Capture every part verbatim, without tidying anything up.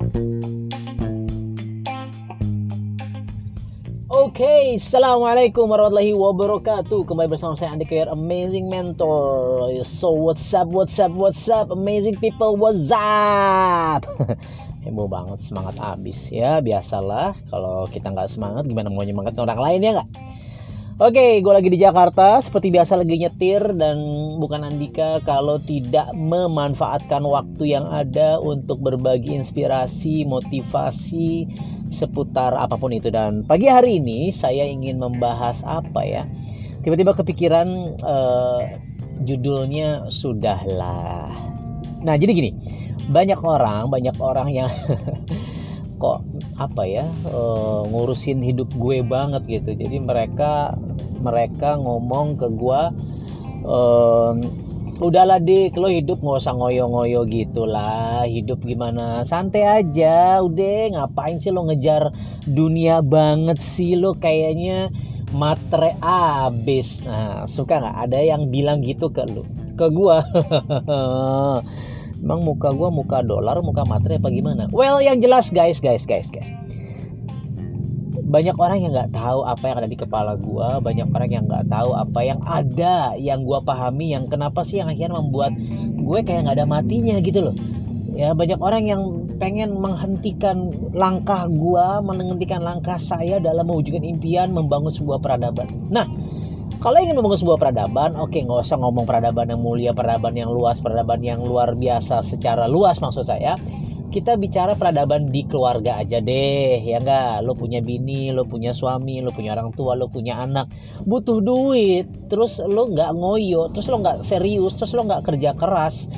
Oke, okay, assalamualaikum warahmatullahi wabarakatuh. Kembali bersama saya Andi Kair, Amazing Mentor. So what's up, what's up, what's up, amazing people, what's up? Heboh banget, semangat abis ya. Biasalah, kalau kita nggak semangat, gimana mau nyemangatin orang lain ya nggak? Oke, okay, gue lagi di Jakarta. Seperti biasa lagi nyetir. Dan bukan Andika kalau tidak memanfaatkan waktu yang ada untuk berbagi inspirasi, motivasi seputar apapun itu. Dan pagi hari ini saya ingin membahas apa ya, tiba-tiba kepikiran uh, judulnya Sudahlah. Nah jadi gini, banyak orang banyak orang yang kok apa ya uh, ngurusin hidup gue banget gitu. Jadi mereka mereka ngomong ke gue, uh, udahlah dik, lo hidup nggak usah ngoyo-ngoyo gitulah, hidup gimana, santai aja, udah ngapain sih lo ngejar dunia banget sih, lo kayaknya matre abis. Nah suka nggak ada yang bilang gitu ke lo, ke gua? Emang muka gua muka dolar, muka matre apa gimana? Well yang jelas guys guys guys guys banyak orang yang nggak tahu apa yang ada di kepala gue, banyak orang yang nggak tahu apa yang ada, yang gue pahami, yang kenapa sih yang akhirnya membuat gue kayak nggak ada matinya gitu loh. Ya banyak orang yang pengen menghentikan langkah gue, menghentikan langkah saya dalam mewujudkan impian membangun sebuah peradaban. Nah, kalau ingin membangun sebuah peradaban, oke okay, nggak usah ngomong peradaban yang mulia, peradaban yang luas, peradaban yang luar biasa secara luas maksud saya. Kita bicara peradaban di keluarga aja deh, ya enggak? Lo punya bini, lo punya suami, lo punya orang tua, lo punya anak, butuh duit, terus lo nggak ngoyo, terus lo nggak serius, terus lo nggak kerja keras,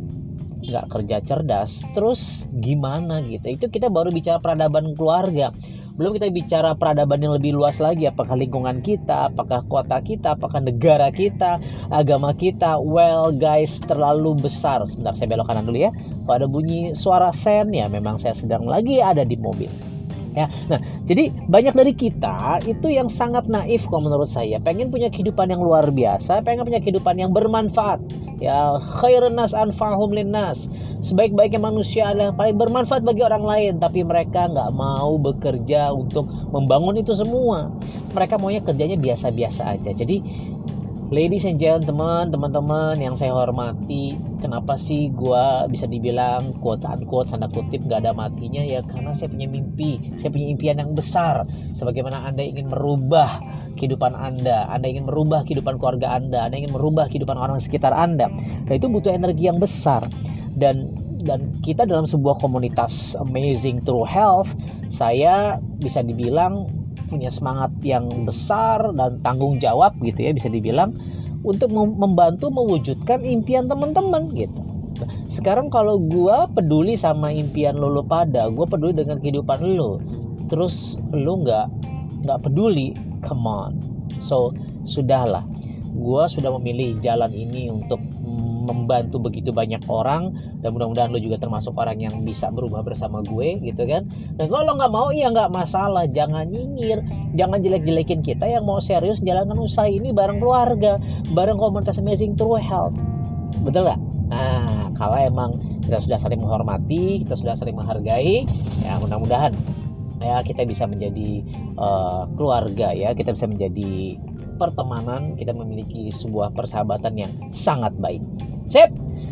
nggak kerja cerdas, terus gimana gitu? Itu kita baru bicara peradaban keluarga. Belum kita bicara peradaban yang lebih luas lagi, apakah lingkungan kita, apakah kota kita, apakah negara kita, agama kita. Well guys, terlalu besar. Sebentar saya belok kanan dulu ya. Kalau ada bunyi suara sen ya memang saya sedang lagi ada di mobil. Ya, nah jadi banyak dari kita itu yang sangat naif kalau menurut saya, pengen punya kehidupan yang luar biasa, pengen punya kehidupan yang bermanfaat. Ya, khairun nas anfa'uhum linnas. Sebaik-baiknya manusia adalah yang paling bermanfaat bagi orang lain, tapi mereka nggak mau bekerja untuk membangun itu semua. Mereka maunya kerjanya biasa-biasa aja. Jadi ladies and gentlemen, teman-teman yang saya hormati, kenapa sih gue bisa dibilang quote unquote tanda kutip gak ada matinya? Ya karena saya punya mimpi, saya punya impian yang besar. Sebagaimana Anda ingin merubah kehidupan Anda, Anda ingin merubah kehidupan keluarga Anda, Anda ingin merubah kehidupan orang sekitar Anda. Nah itu butuh energi yang besar. Dan dan kita dalam sebuah komunitas Amazing True Health, saya bisa dibilang punya semangat yang besar dan tanggung jawab gitu ya, bisa dibilang untuk membantu mewujudkan impian teman-teman gitu. Sekarang kalau gue peduli sama impian lo, lo pada, gue peduli dengan kehidupan lo, terus lo nggak nggak peduli, come on. So sudahlah, gue sudah memilih jalan ini untuk membantu begitu banyak orang, dan mudah-mudahan lo juga termasuk orang yang bisa berubah bersama gue gitu kan. Dan kalau lo nggak mau ya nggak masalah, jangan nyinyir, jangan jelek-jelekin kita yang mau serius jalankan usaha ini bareng keluarga, bareng komunitas Amazing True Health, betul nggak? Nah kalau emang kita sudah saling menghormati, kita sudah saling menghargai, ya mudah-mudahan ya kita bisa menjadi uh, keluarga ya, kita bisa menjadi pertemanan, kita memiliki sebuah persahabatan yang sangat baik. Sip.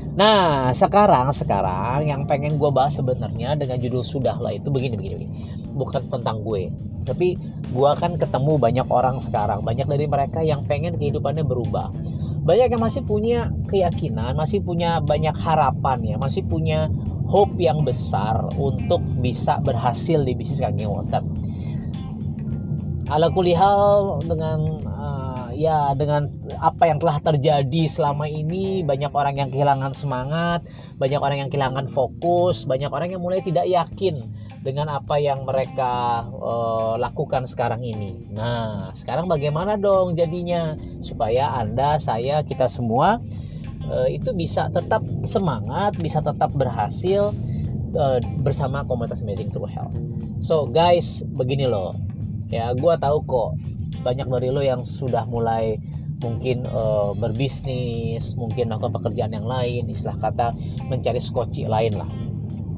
Nah sekarang sekarang yang pengen gue bahas sebenarnya dengan judul Sudahlah itu begini begini, begini. Bukan tentang gue, tapi gue kan ketemu banyak orang sekarang, banyak dari mereka yang pengen kehidupannya berubah, banyak yang masih punya keyakinan, masih punya banyak harapan ya, masih punya hope yang besar untuk bisa berhasil di bisnis kaki ngotot. Ala kulihal dengan uh, ya dengan apa yang telah terjadi selama ini, banyak orang yang kehilangan semangat, banyak orang yang kehilangan fokus, banyak orang yang mulai tidak yakin dengan apa yang mereka uh, lakukan sekarang ini. Nah, sekarang bagaimana dong jadinya supaya Anda, saya, kita semua uh, itu bisa tetap semangat, bisa tetap berhasil uh, bersama komunitas Amazing True Health. So guys, begini loh. Ya, gue tahu kok banyak dari lo yang sudah mulai mungkin uh, berbisnis, mungkin melakukan pekerjaan yang lain, istilah kata mencari skoci lain lah.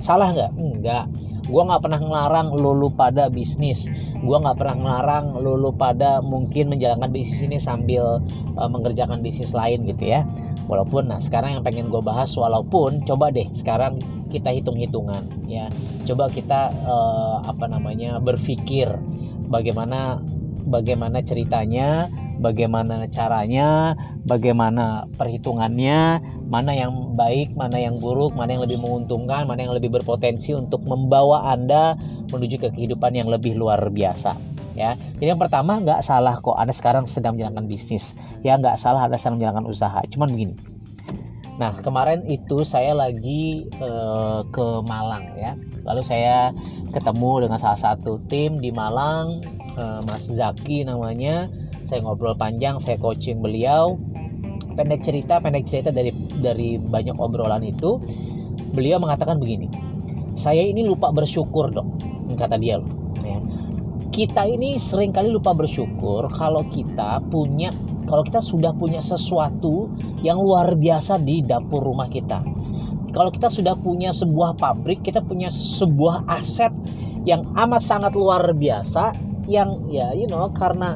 Salah nggak? Enggak. Gue nggak pernah ngelarang lo lu pada bisnis. Gue nggak pernah ngelarang lo lu pada mungkin menjalankan bisnis ini sambil uh, mengerjakan bisnis lain gitu ya. Walaupun, nah sekarang yang pengen gue bahas, walaupun coba deh sekarang kita hitung-hitungan ya. Coba kita uh, apa namanya berpikir bagaimana bagaimana ceritanya, bagaimana caranya, bagaimana perhitungannya, mana yang baik, mana yang buruk, mana yang lebih menguntungkan, mana yang lebih berpotensi untuk membawa Anda menuju ke kehidupan yang lebih luar biasa. Ya, jadi yang pertama, nggak salah kok Anda sekarang sedang menjalankan bisnis. Ya, nggak salah Anda sedang menjalankan usaha. Cuman begini. Nah, kemarin itu saya lagi uh, ke Malang ya. Lalu saya ketemu dengan salah satu tim di Malang, uh, Mas Zaki namanya. Saya ngobrol panjang, saya coaching beliau. Pendek cerita, pendek cerita dari dari banyak obrolan itu, beliau mengatakan begini. Saya ini lupa bersyukur, Dok. Kata dia loh, ya. Kita ini seringkali lupa bersyukur kalau kita punya kalau kita sudah punya sesuatu yang luar biasa di dapur rumah kita. Kalau kita sudah punya sebuah pabrik, kita punya sebuah aset yang amat sangat luar biasa, yang ya you know karena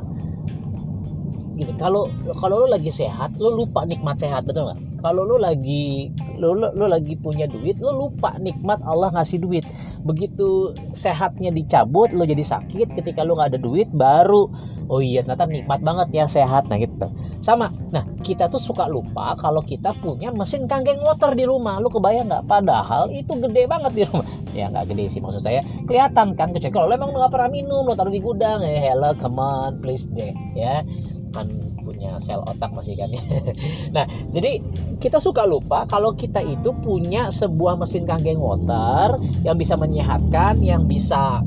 gini, kalau kalau lu lagi sehat, lu lupa nikmat sehat, betul nggak? Kalau lu lagi lu, lu lu lagi punya duit, lu lupa nikmat Allah ngasih duit. Begitu sehatnya dicabut, lu jadi sakit. Ketika lu nggak ada duit, baru oh iya ternyata nikmat banget ya sehat. Nah gitu. Sama. Nah kita tuh suka lupa kalau kita punya mesin kanggeng water di rumah. Lu kebayang nggak? Padahal itu gede banget di rumah. Ya nggak gede sih, maksud saya kelihatan kan. Kecuali kalau lu emang nggak pernah minum, lu taruh di gudang. Ya hello, come on, please deh, ya. Kan punya sel otak masih kan ya. Nah jadi kita suka lupa kalau kita itu punya sebuah mesin kanggeng water yang bisa menyehatkan, yang bisa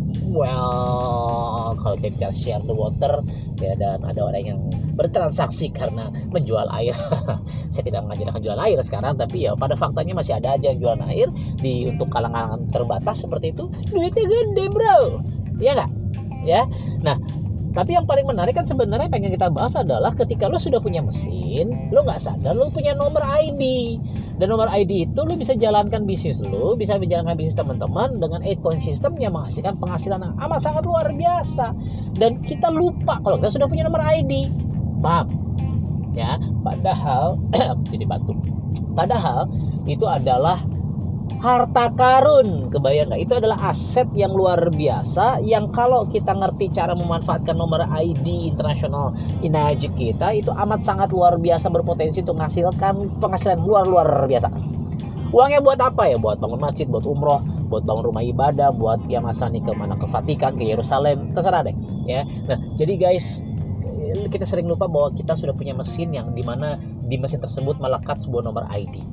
well kalau kita bicara share the water ya, dan ada orang yang bertransaksi karena menjual air. Saya tidak mengajarkan jual air sekarang, tapi ya pada faktanya masih ada aja yang jual air di untuk kalangan terbatas seperti itu. Duitnya gede bro, ya nggak ya. Nah tapi yang paling menarik kan sebenarnya pengen kita bahas adalah ketika lo sudah punya mesin, lo nggak sadar lo punya nomor I D. Dan nomor I D itu lo bisa jalankan bisnis lo, bisa menjalankan bisnis teman-teman dengan eight point system yang menghasilkan penghasilan yang amat sangat luar biasa. Dan kita lupa kalau kita sudah punya nomor I D. Paham? Ya, padahal jadi batu. Padahal itu adalah harta karun, kebayang nggak? Itu adalah aset yang luar biasa yang kalau kita ngerti cara memanfaatkan nomor I D internasional INAJE kita, itu amat sangat luar biasa berpotensi untuk menghasilkan penghasilan luar luar biasa. Uangnya buat apa ya? Buat bangun masjid, buat umroh, buat bangun rumah ibadah, buat yang Nasrani ke mana, ke Vatikan, ke Yerusalem, terserah deh ya. Nah jadi guys, kita sering lupa bahwa kita sudah punya mesin yang dimana di mesin tersebut melekat sebuah nomor I D.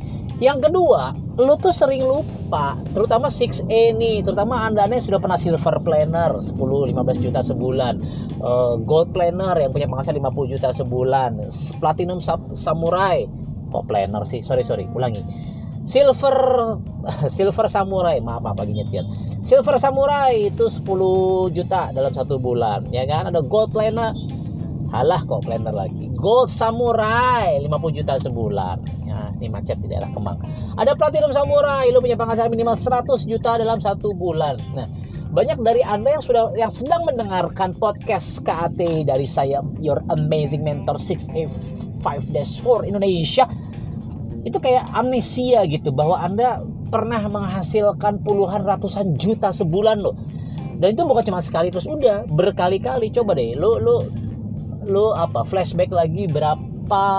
Yang kedua, lu tuh sering lupa, terutama enam A nih, terutama anda-anda yang sudah pernah silver planner sepuluh sampai lima belas juta sebulan, uh, gold planner yang punya penghasilan lima puluh juta sebulan, platinum samurai, kok planner sih, sorry sorry, ulangi, silver silver samurai, maaf maaf lagi nyetir, silver samurai itu sepuluh juta dalam satu bulan, ya kan? Ada gold planner, halah kok planner lagi, gold samurai lima puluh juta sebulan. Nah, ini macet di daerah Kemang. Ada platinum samurai, lu punya penghasilan minimal seratus juta dalam satu bulan. Nah, banyak dari Anda yang sudah yang sedang mendengarkan podcast K A T dari saya, Your Amazing Mentor six A five dash four Indonesia, itu kayak amnesia gitu bahwa Anda pernah menghasilkan puluhan ratusan juta sebulan loh. Dan itu bukan cuma sekali terus udah, berkali-kali. Coba deh lu lu lu apa flashback lagi berapa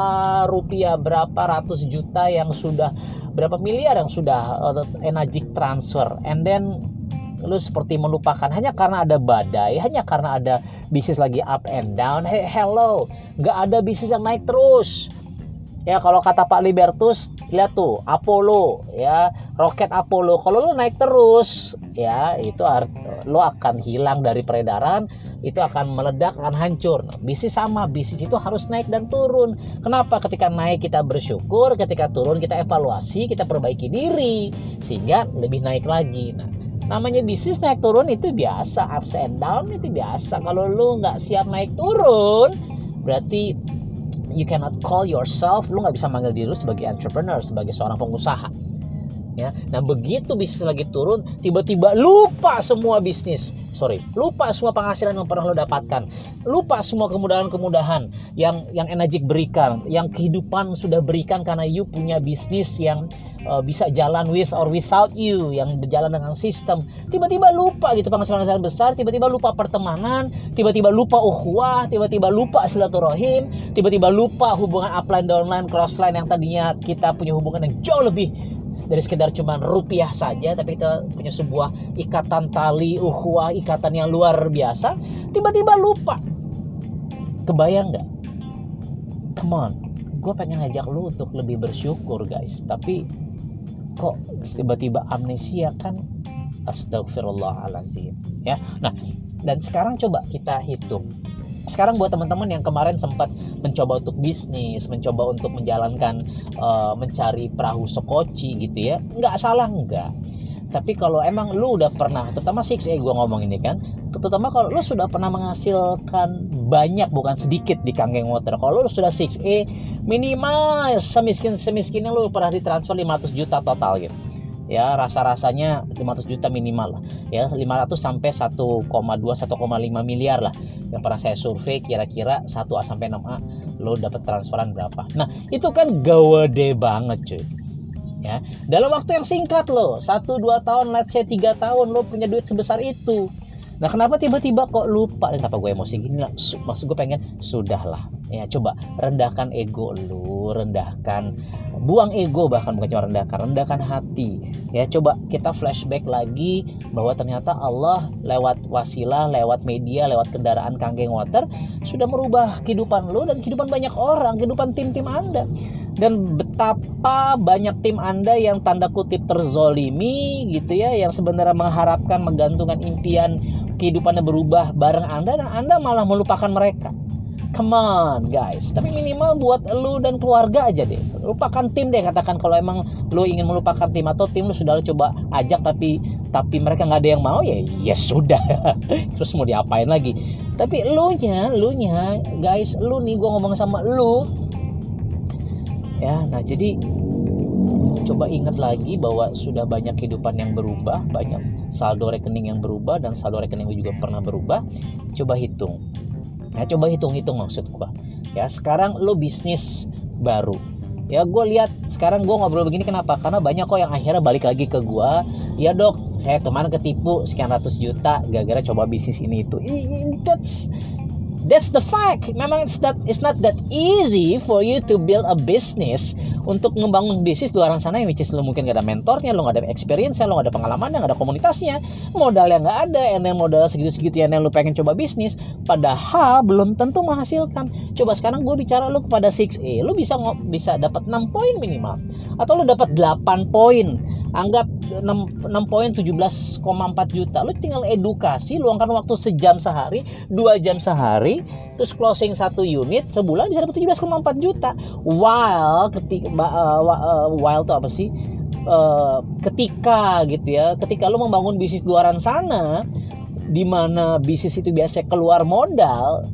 rupiah, berapa ratus juta yang sudah, berapa miliar yang sudah uh, energy transfer, and then lu seperti melupakan hanya karena ada badai, hanya karena ada bisnis lagi up and down. Hey, hello, nggak ada bisnis yang naik terus. Ya kalau kata Pak Libertus, lihat tuh Apollo ya, roket Apollo. Kalau lu naik terus ya, itu lu akan hilang dari peredaran, itu akan meledak, akan hancur. Nah, bisnis sama, bisnis itu harus naik dan turun. Kenapa? Ketika naik kita bersyukur, ketika turun kita evaluasi, kita perbaiki diri sehingga lebih naik lagi. Nah, namanya bisnis naik turun itu biasa, ups and down itu biasa. Kalau lu nggak siap naik turun, berarti you cannot call yourself, lu nggak bisa manggil diri lu sebagai entrepreneur, sebagai seorang pengusaha. Ya, nah begitu bisnis lagi turun, tiba-tiba lupa semua bisnis, sorry, lupa semua penghasilan yang pernah lo dapatkan, lupa semua kemudahan-kemudahan yang yang Enagic berikan, yang kehidupan sudah berikan karena you punya bisnis yang uh, bisa jalan with or without you, yang berjalan dengan sistem. Tiba-tiba lupa gitu penghasilan yang besar, tiba-tiba lupa pertemanan, tiba-tiba lupa ukhuwah, tiba-tiba lupa silaturahim, tiba-tiba lupa hubungan upline, downline, crossline yang tadinya kita punya hubungan yang jauh lebih dari sekedar cuma rupiah saja, tapi kita punya sebuah ikatan tali ukhuwah, ikatan yang luar biasa. Tiba-tiba lupa. Kebayang nggak? Come on, gue pengen ngajak lu untuk lebih bersyukur guys, tapi kok tiba-tiba amnesia kan? Astagfirullahaladzim. Ya, nah dan sekarang coba kita hitung. Sekarang buat teman-teman yang kemarin sempat mencoba untuk bisnis, mencoba untuk menjalankan, uh, mencari perahu sekoci gitu ya, nggak salah nggak. Tapi kalau emang lu udah pernah, terutama enam A gue ngomong ini kan, terutama kalau lu sudah pernah menghasilkan banyak bukan sedikit di Kangen Water, kalau lu sudah enam A minimal semiskin semiskinnya lu pernah ditransfer lima ratus juta total gitu. Ya rasa-rasanya lima ratus juta minimal lah ya, lima ratus sampai satu koma dua satu koma lima miliar lah yang pernah saya survei, kira-kira satu A sampai enam A lo dapat transferan berapa. Nah itu kan gede banget cuy ya, dalam waktu yang singkat lo satu dua tahun, let's say tiga tahun lo punya duit sebesar itu. Nah kenapa tiba-tiba kok lupa? Dan kenapa gue emosi gini lah? Maksud gue pengen sudahlah ya, coba rendahkan ego lu, rendahkan, buang ego, bahkan bukan cuma rendahkan, rendahkan hati ya. Coba kita flashback lagi bahwa ternyata Allah lewat wasilah, lewat media, lewat kendaraan Kangen Water sudah merubah kehidupan lu dan kehidupan banyak orang, kehidupan tim-tim Anda. Dan betapa banyak tim Anda yang tanda kutip terzolimi gitu ya, yang sebenarnya mengharapkan, menggantungkan impian kehidupannya berubah bareng Anda, dan Anda malah melupakan mereka. Come on guys, tapi minimal buat lu dan keluarga aja deh, lupakan tim deh. Katakan kalau emang lu ingin melupakan tim, atau tim lu sudah lu coba ajak tapi tapi mereka nggak ada yang mau, ya ya sudah. Terus mau diapain lagi? Tapi lu nya, lu nya guys, lu nih, gua ngomong sama lu ya. Nah jadi coba ingat lagi bahwa sudah banyak kehidupan yang berubah, banyak saldo rekening yang berubah, dan saldo rekening lu juga pernah berubah. Coba hitung. Ya, coba hitung-hitung maksud gua. Ya, sekarang lo bisnis baru. Ya, gue lihat sekarang gue ngobrol begini kenapa? Karena banyak kok yang akhirnya balik lagi ke gua. Ya dok, saya kemarin ketipu sekian ratus juta gara-gara coba bisnis ini itu. That's That's the fact. Memang it's that it's not that easy for you to build a business, untuk membangun bisnis di luar sana, yang which is lo mungkin gak ada mentornya, lo gak ada experience-nya, lo gak ada pengalamannya, gak ada komunitasnya, modalnya gak ada, and then modal segitu-segitu yang lo pengen coba bisnis, padahal belum tentu menghasilkan. Coba sekarang gue bicara lo kepada enam A, lo bisa bisa dapat enam poin minimal, atau lo dapat delapan poin, anggap enam poin tujuh belas koma empat juta. Lo tinggal edukasi, luangkan waktu sejam sehari, dua jam sehari, terus closing satu unit sebulan bisa dapat tujuh belas koma empat juta. While ketika uh, uh, while itu apa sih? Uh, ketika gitu ya, ketika lo membangun bisnis di luar sana, di mana bisnis itu biasa keluar modal,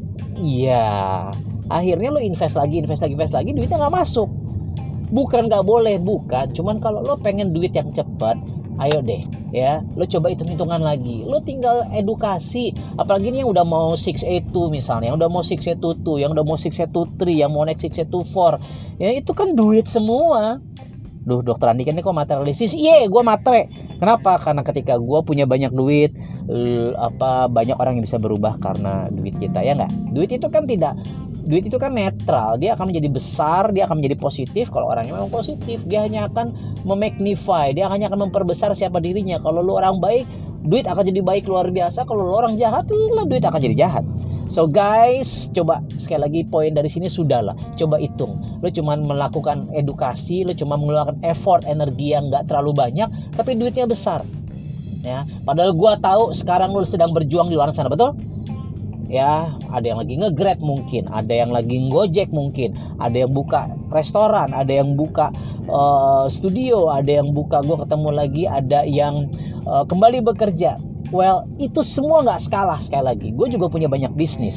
ya akhirnya lo invest lagi, invest lagi, invest lagi, duitnya nggak masuk. Bukan nggak boleh, bukan. Cuman kalau lo pengen duit yang cepat, ayo deh ya, lo coba hitung-hitungan lagi. Lo tinggal edukasi. Apalagi ini yang udah mau enam A dua misalnya, yang udah mau enam A dua, yang udah mau enam A dua tiga, yang mau naik enam A dua empat, ya itu kan duit semua. Duh, dokter Andi kan ini kok materialistis? Iya, gue matre. Kenapa? Karena ketika gue punya banyak duit, l- apa banyak orang yang bisa berubah karena duit kita, ya nggak? Duit itu kan tidak, duit itu kan netral. Dia akan menjadi besar, dia akan menjadi positif kalau orangnya memang positif. Dia hanya akan memagnify, dia hanya akan memperbesar siapa dirinya. Kalau lu orang baik, duit akan jadi baik luar biasa. Kalau lu orang jahat, lu duit akan jadi jahat. So guys, coba sekali lagi poin dari sini sudahlah. Coba hitung. Lu cuma melakukan edukasi, lu cuma mengeluarkan effort, energi yang nggak terlalu banyak, tapi duitnya besar. Ya, padahal gua tahu sekarang lu sedang berjuang di luar sana, betul? Ya, ada yang lagi nge-grab mungkin, ada yang lagi ngojek mungkin, ada yang buka restoran, ada yang buka uh, studio, ada yang buka, gue ketemu lagi ada yang uh, kembali bekerja. Well, itu semua nggak skala. Sekali lagi, gue juga punya banyak bisnis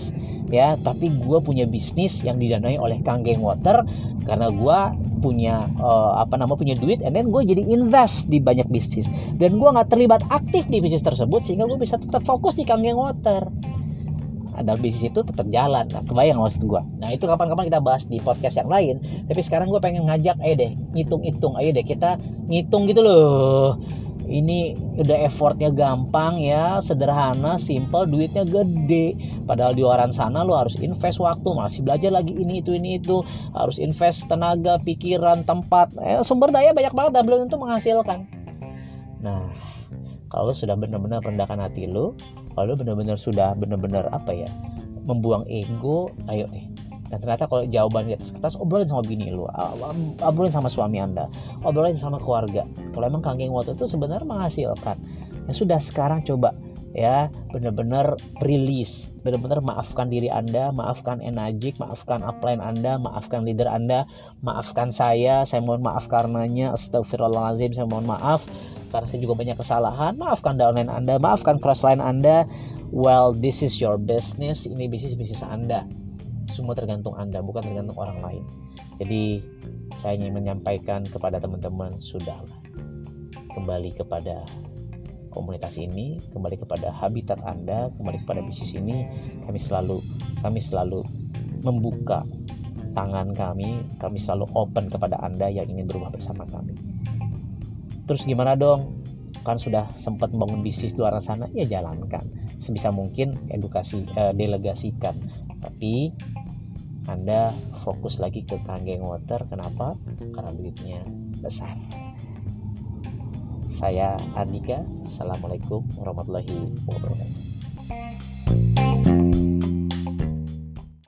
ya, tapi gue punya bisnis yang didanai oleh Kang Geng Water karena gue punya uh, apa nama punya duit, and then gue jadi invest di banyak bisnis dan gue nggak terlibat aktif di bisnis tersebut sehingga gue bisa tetap fokus di Kang Geng Water. Ada bisnis itu tetap jalan. Nah, kebayang maksud gue. Nah, itu kapan-kapan kita bahas di podcast yang lain. Tapi sekarang gue pengen ngajak, ayo deh, ngitung-hitung, ayo deh kita ngitung gitu loh. Ini udah effortnya gampang ya, sederhana, simple, duitnya gede. Padahal di luar sana lo harus invest waktu, masih belajar lagi ini itu ini itu, harus invest tenaga, pikiran, tempat, eh, sumber daya banyak banget dan belum tentu menghasilkan. Nah, kalau lo sudah benar-benar rendahkan hati lo, kalau benar-benar sudah benar-benar apa ya, membuang ego, ayo deh. Dan ternyata kalau jawaban di atas kertas, obrolin sama bini lu, obrolin sama suami anda, obrolin sama keluarga. Kalau emang Kang Geng Water itu sebenarnya menghasilkan, ya sudah sekarang coba ya benar-benar rilis, benar-benar maafkan diri anda, maafkan Enajik, maafkan upline anda, maafkan leader anda, maafkan saya, saya mohon maaf karenanya, astagfirullahaladzim, saya mohon maaf karena saya juga banyak kesalahan, maafkan downline anda, maafkan crossline anda. Well, this is your business, ini bisnis bisnis anda. Semua tergantung anda, bukan tergantung orang lain. Jadi saya ingin menyampaikan kepada teman-teman, sudahlah, kembali kepada komunitas ini, kembali kepada habitat anda, kembali kepada bisnis ini. Kami selalu kami selalu membuka tangan kami, kami selalu open kepada anda yang ingin berubah bersama kami. Terus gimana dong? Kan sudah sempat membangun bisnis di luar sana, ya jalankan sebisa mungkin, edukasi eh, delegasikan. Tapi anda fokus lagi ke Kang Geng Water. Kenapa? Karena duitnya besar. Saya Andika. Assalamualaikum warahmatullahi wabarakatuh.